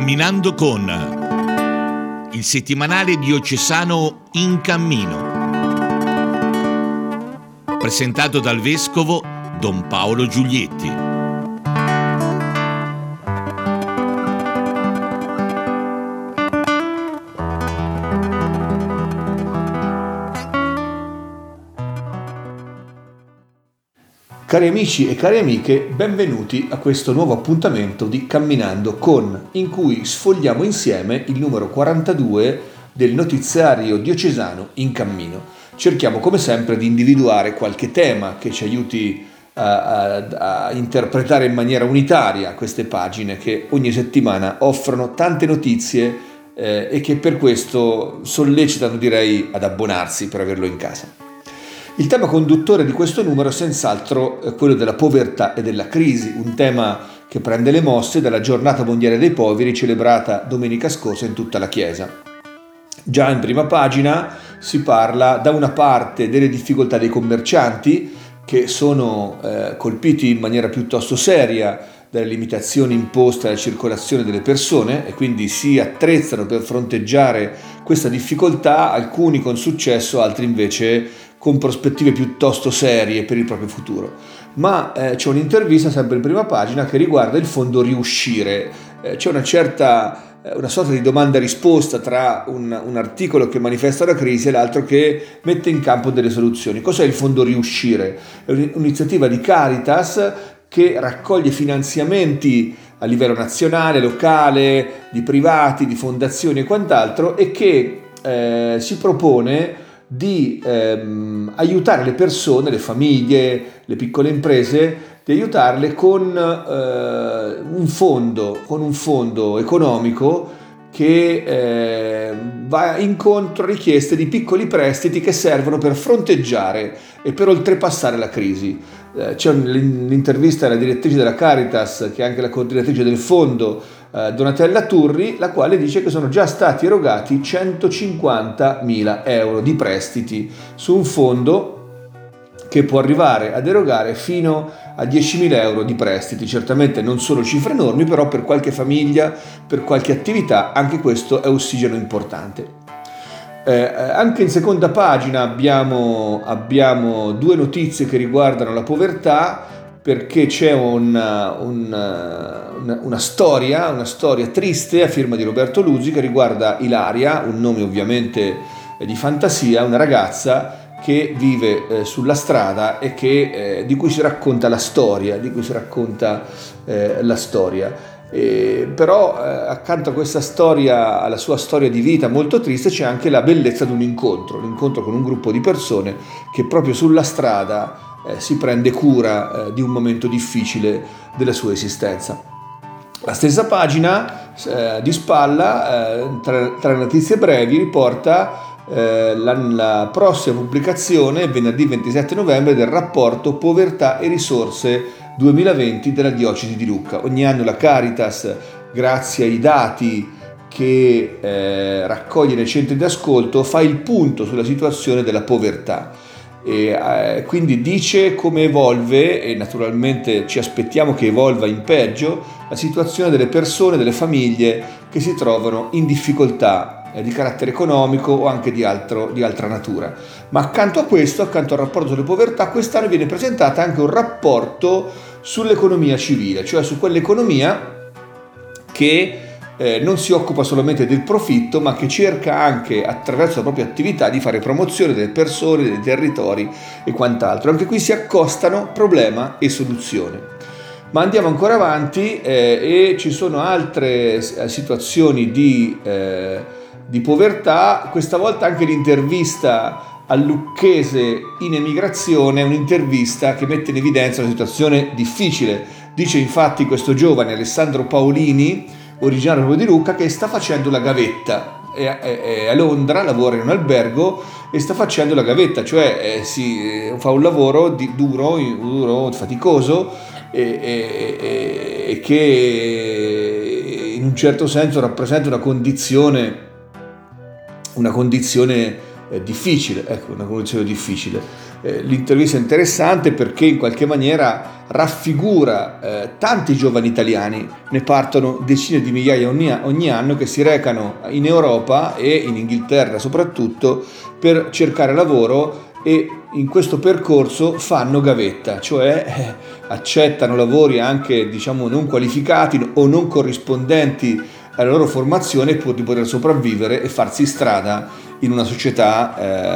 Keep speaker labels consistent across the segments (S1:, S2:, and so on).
S1: Camminando con il settimanale diocesano In Cammino, presentato dal vescovo Don Paolo Giulietti.
S2: Cari amici e cari amiche, benvenuti a questo nuovo appuntamento di Camminando con, in cui sfogliamo insieme il numero 42 del notiziario diocesano In Cammino. Cerchiamo come sempre di individuare qualche tema che ci aiuti a interpretare in maniera unitaria queste pagine che ogni settimana offrono tante notizie e che per questo sollecitano, direi, ad abbonarsi per averlo in casa. Il tema conduttore di questo numero è senz'altro quello della povertà e della crisi, un tema che prende le mosse dalla Giornata Mondiale dei Poveri celebrata domenica scorsa in tutta la Chiesa. Già in prima pagina si parla da una parte delle difficoltà dei commercianti che sono colpiti in maniera piuttosto seria dalle limitazioni imposte alla circolazione delle persone e quindi si attrezzano per fronteggiare questa difficoltà, alcuni con successo, altri invece con prospettive piuttosto serie per il proprio futuro. Ma c'è un'intervista sempre in prima pagina che riguarda il fondo Riuscire. C'è una sorta di domanda-risposta tra un articolo che manifesta la crisi e l'altro che mette in campo delle soluzioni. Cos'è il fondo Riuscire? È un'iniziativa di Caritas che raccoglie finanziamenti a livello nazionale, locale, di privati, di fondazioni e quant'altro e che si propone di aiutare le persone, le famiglie, le piccole imprese, di aiutarle con un fondo economico che va incontro a richieste di piccoli prestiti che servono per fronteggiare e per oltrepassare la crisi. C'è l'intervista alla direttrice della Caritas, che è anche la coordinatrice del fondo, Donatella Turri, la quale dice che sono già stati erogati 150.000 euro di prestiti su un fondo che può arrivare ad erogare fino a 10.000 euro di prestiti. Certamente non sono cifre enormi, però per qualche famiglia, per qualche attività, anche questo è ossigeno importante. Anche in seconda pagina abbiamo due notizie che riguardano la povertà, perché c'è una storia triste a firma di Roberto Luzzi che riguarda Ilaria, un nome ovviamente di fantasia, una ragazza che vive sulla strada e di cui si racconta la storia, però accanto a questa storia, alla sua storia di vita molto triste, c'è anche la bellezza di l'incontro con un gruppo di persone che proprio sulla strada si prende cura di un momento difficile della sua esistenza. La stessa pagina di spalla, tra notizie brevi, riporta la prossima pubblicazione, venerdì 27 novembre, del rapporto Povertà e Risorse 2020 della Diocesi di Lucca. Ogni anno la Caritas, grazie ai dati che raccoglie nei centri di ascolto, fa il punto sulla situazione della povertà. E quindi dice come evolve, e naturalmente ci aspettiamo che evolva in peggio, la situazione delle persone, delle famiglie che si trovano in difficoltà di carattere economico o anche di altra natura. Ma accanto a questo, accanto al rapporto sulle povertà, quest'anno viene presentato anche un rapporto sull'economia civile, cioè su quell'economia che non si occupa solamente del profitto, ma che cerca anche attraverso la propria attività di fare promozione delle persone, dei territori e quant'altro. Anche qui si accostano problema e soluzione. Ma andiamo ancora avanti e ci sono altre situazioni di povertà, questa volta anche l'intervista al lucchese in emigrazione, un'intervista che mette in evidenza una situazione difficile. Dice infatti questo giovane Alessandro Paolini, originario proprio di Lucca, che sta facendo la gavetta, è a Londra, lavora in un albergo e sta facendo la gavetta, cioè fa un lavoro duro, faticoso e che in un certo senso rappresenta una condizione difficile, una condizione difficile. l'intervista è interessante perché in qualche maniera raffigura tanti giovani italiani, ne partono decine di migliaia ogni anno che si recano in Europa e in Inghilterra soprattutto per cercare lavoro, e in questo percorso fanno gavetta, cioè accettano lavori anche non qualificati o non corrispondenti alla loro formazione pur di poter sopravvivere e farsi strada in una società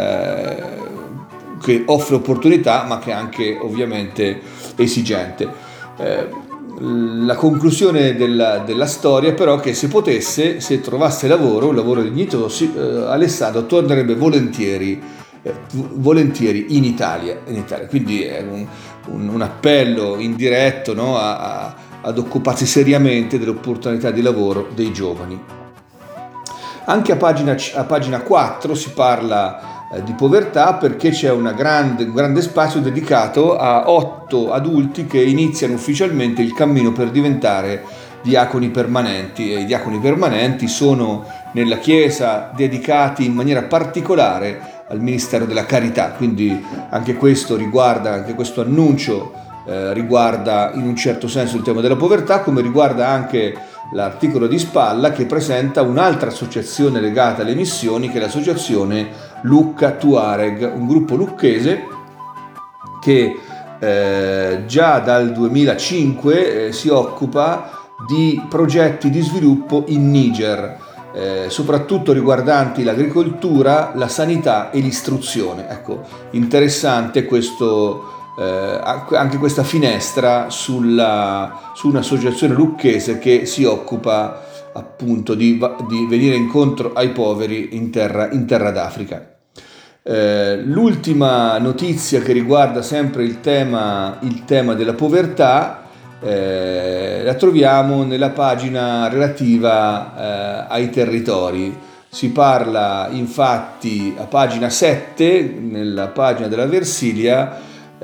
S2: che offre opportunità ma che è anche ovviamente esigente. La conclusione della storia però è che se potesse, se trovasse lavoro, un lavoro dignitoso, Alessandro tornerebbe volentieri in Italia. Quindi è un appello indiretto, no, ad occuparsi seriamente delle opportunità di lavoro dei giovani. Anche a pagina 4 si parla di povertà, perché c'è un grande spazio dedicato a 8 adulti che iniziano ufficialmente il cammino per diventare diaconi permanenti, e i diaconi permanenti sono nella Chiesa dedicati in maniera particolare al Ministero della Carità, quindi anche questo annuncio riguarda in un certo senso il tema della povertà, come riguarda anche l'articolo di spalla che presenta un'altra associazione legata alle missioni, che è l'associazione Lucca Tuareg, un gruppo lucchese che già dal 2005 si occupa di progetti di sviluppo in Niger, soprattutto riguardanti l'agricoltura, la sanità e l'istruzione. Ecco, interessante anche questa finestra su un'associazione lucchese che si occupa appunto di venire incontro ai poveri in terra d'Africa. L'ultima notizia che riguarda sempre il tema della povertà la troviamo nella pagina relativa ai territori. Si parla infatti a pagina 7, nella pagina della Versilia,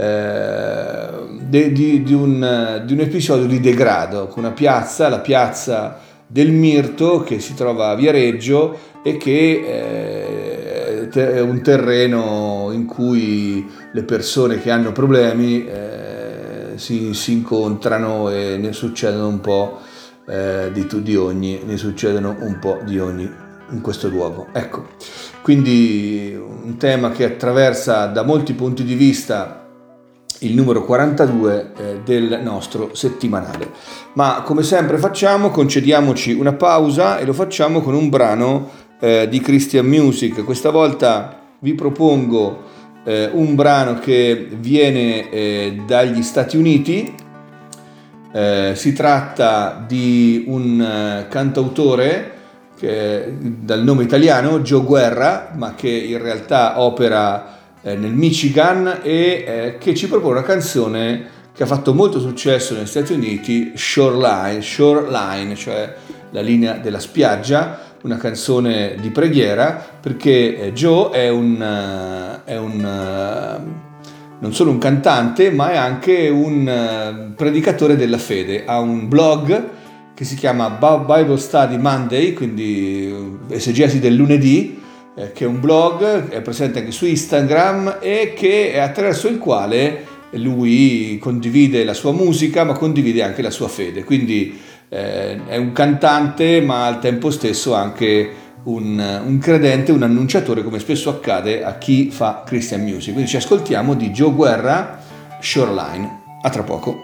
S2: di un episodio di degrado con la piazza del Mirto, che si trova a Viareggio e che è un terreno in cui le persone che hanno problemi si incontrano, e ne succedono un po' di ogni in questo luogo. Ecco, quindi un tema che attraversa da molti punti di vista il numero 42 del nostro settimanale. Ma come sempre concediamoci una pausa, e lo facciamo con un brano di Christian Music. Questa volta vi propongo un brano che viene dagli Stati Uniti. Si tratta di un cantautore dal nome italiano Joe Guerra, ma che in realtà opera nel Michigan, e che ci propone una canzone che ha fatto molto successo negli Stati Uniti, Shoreline, cioè la linea della spiaggia, una canzone di preghiera, perché Joe è non solo un cantante, ma è anche un predicatore della fede. Ha un blog che si chiama Bible Study Monday, quindi esegesi del lunedì, che è un blog, è presente anche su Instagram, e che è attraverso il quale lui condivide la sua musica, ma condivide anche la sua fede. Quindi è un cantante, ma al tempo stesso anche un credente, un annunciatore, come spesso accade a chi fa Christian music. Quindi ci ascoltiamo di Joe Guerra, Shoreline. A tra poco.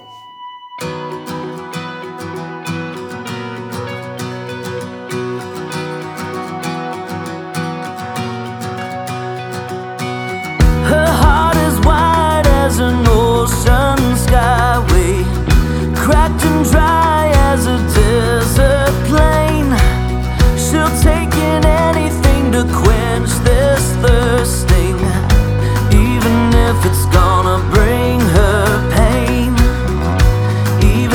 S3: An ocean skyway, cracked and dry as a desert plain. She'll take in anything to quench this thirsting, even if it's gonna bring her pain.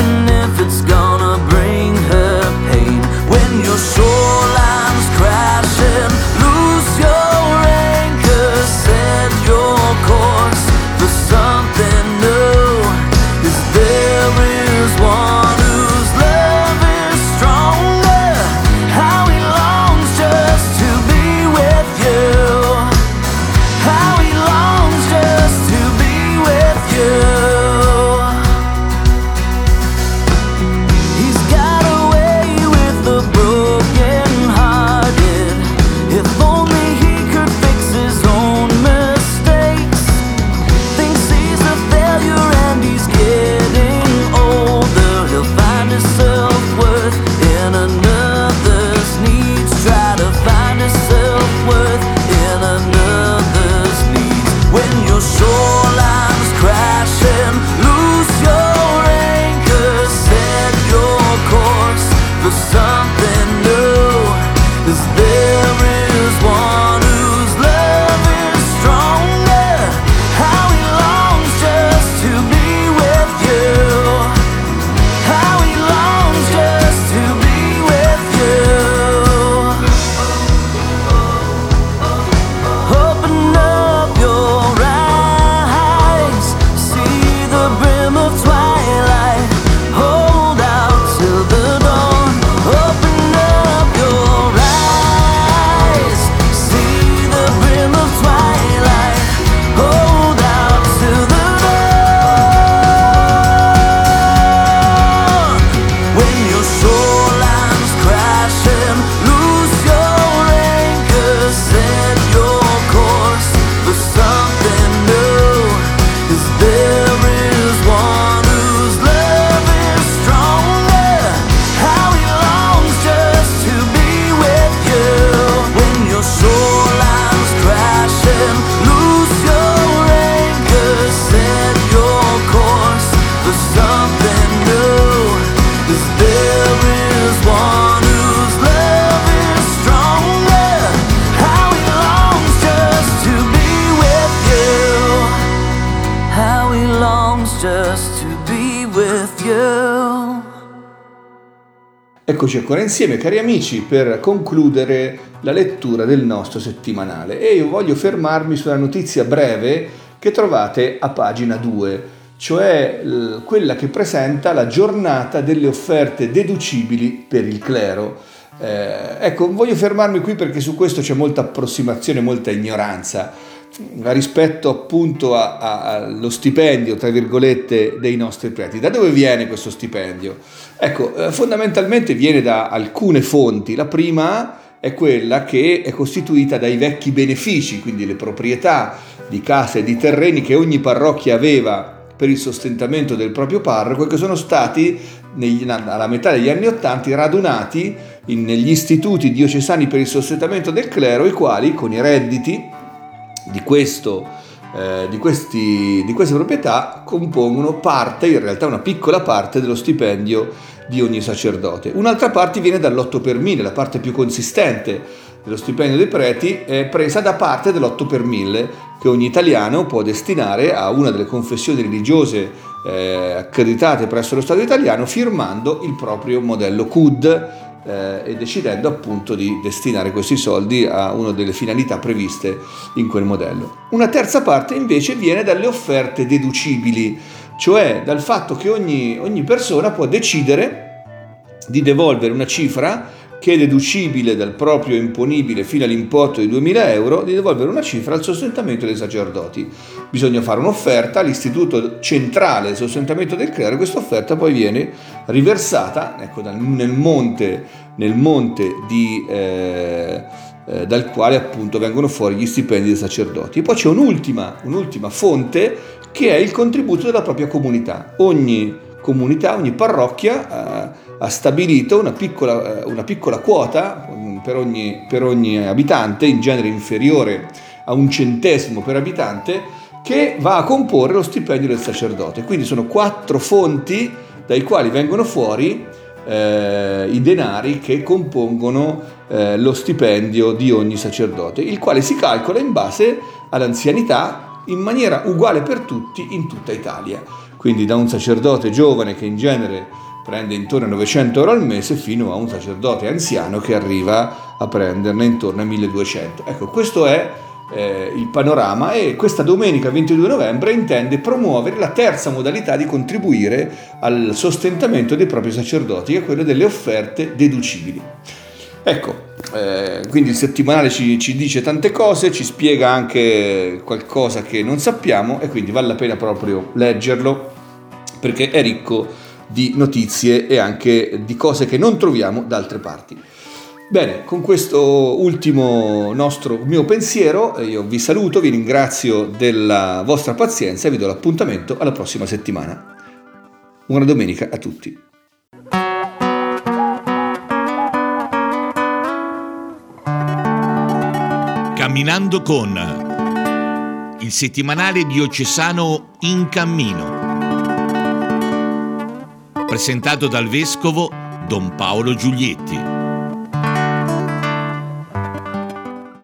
S3: just to be with you.
S2: Eccoci ancora insieme, cari amici, per concludere la lettura del nostro settimanale, e io voglio fermarmi su una notizia breve che trovate a pagina 2, cioè quella che presenta la giornata delle offerte deducibili per il clero. Ecco, voglio fermarmi qui perché su questo c'è molta approssimazione, molta ignoranza rispetto appunto allo stipendio, tra virgolette, dei nostri preti. Da dove viene questo stipendio? Ecco, fondamentalmente viene da alcune fonti. La prima è quella che è costituita dai vecchi benefici, quindi le proprietà di case e di terreni che ogni parrocchia aveva per il sostentamento del proprio parroco, che sono stati alla metà degli anni '80 radunati negli istituti diocesani per il sostentamento del clero, i quali con i redditi di queste proprietà compongono parte, in realtà una piccola parte, dello stipendio di ogni sacerdote. Un'altra parte viene dall'8 per 1000, la parte più consistente dello stipendio dei preti è presa da parte dell'8 per 1000 che ogni italiano può destinare a una delle confessioni religiose accreditate presso lo Stato italiano, firmando il proprio modello CUD e decidendo appunto di destinare questi soldi a una delle finalità previste in quel modello. Una terza parte invece viene dalle offerte deducibili, cioè dal fatto che ogni persona può decidere di devolvere una cifra che è deducibile dal proprio imponibile fino all'importo di 2.000 euro, di devolvere una cifra al sostentamento dei sacerdoti. Bisogna fare un'offerta all'Istituto Centrale del Sostentamento del Clero, e questa offerta poi viene riversata, ecco, nel monte dal quale appunto vengono fuori gli stipendi dei sacerdoti. E poi c'è un'ultima fonte che è il contributo della propria comunità. Ogni comunità, ogni parrocchia ha stabilito una piccola quota per ogni abitante, in genere inferiore a 1 centesimo per abitante, che va a comporre lo stipendio del sacerdote. Quindi sono 4 fonti dai quali vengono fuori i denari che compongono lo stipendio di ogni sacerdote, il quale si calcola in base all'anzianità in maniera uguale per tutti in tutta Italia. Quindi da un sacerdote giovane che in genere prende intorno a 900 euro al mese fino a un sacerdote anziano che arriva a prenderne intorno a 1200. Ecco, questo è il panorama, e questa domenica 22 novembre intende promuovere la terza modalità di contribuire al sostentamento dei propri sacerdoti, che è quello delle offerte deducibili. Ecco, quindi il settimanale ci dice tante cose, ci spiega anche qualcosa che non sappiamo, e quindi vale la pena proprio leggerlo perché è ricco di notizie e anche di cose che non troviamo da altre parti. Bene, con questo ultimo mio pensiero io vi saluto, vi ringrazio della vostra pazienza e vi do l'appuntamento alla prossima settimana. Buona domenica a tutti.
S1: Camminando con il settimanale diocesano In Cammino, presentato dal vescovo Don Paolo Giulietti.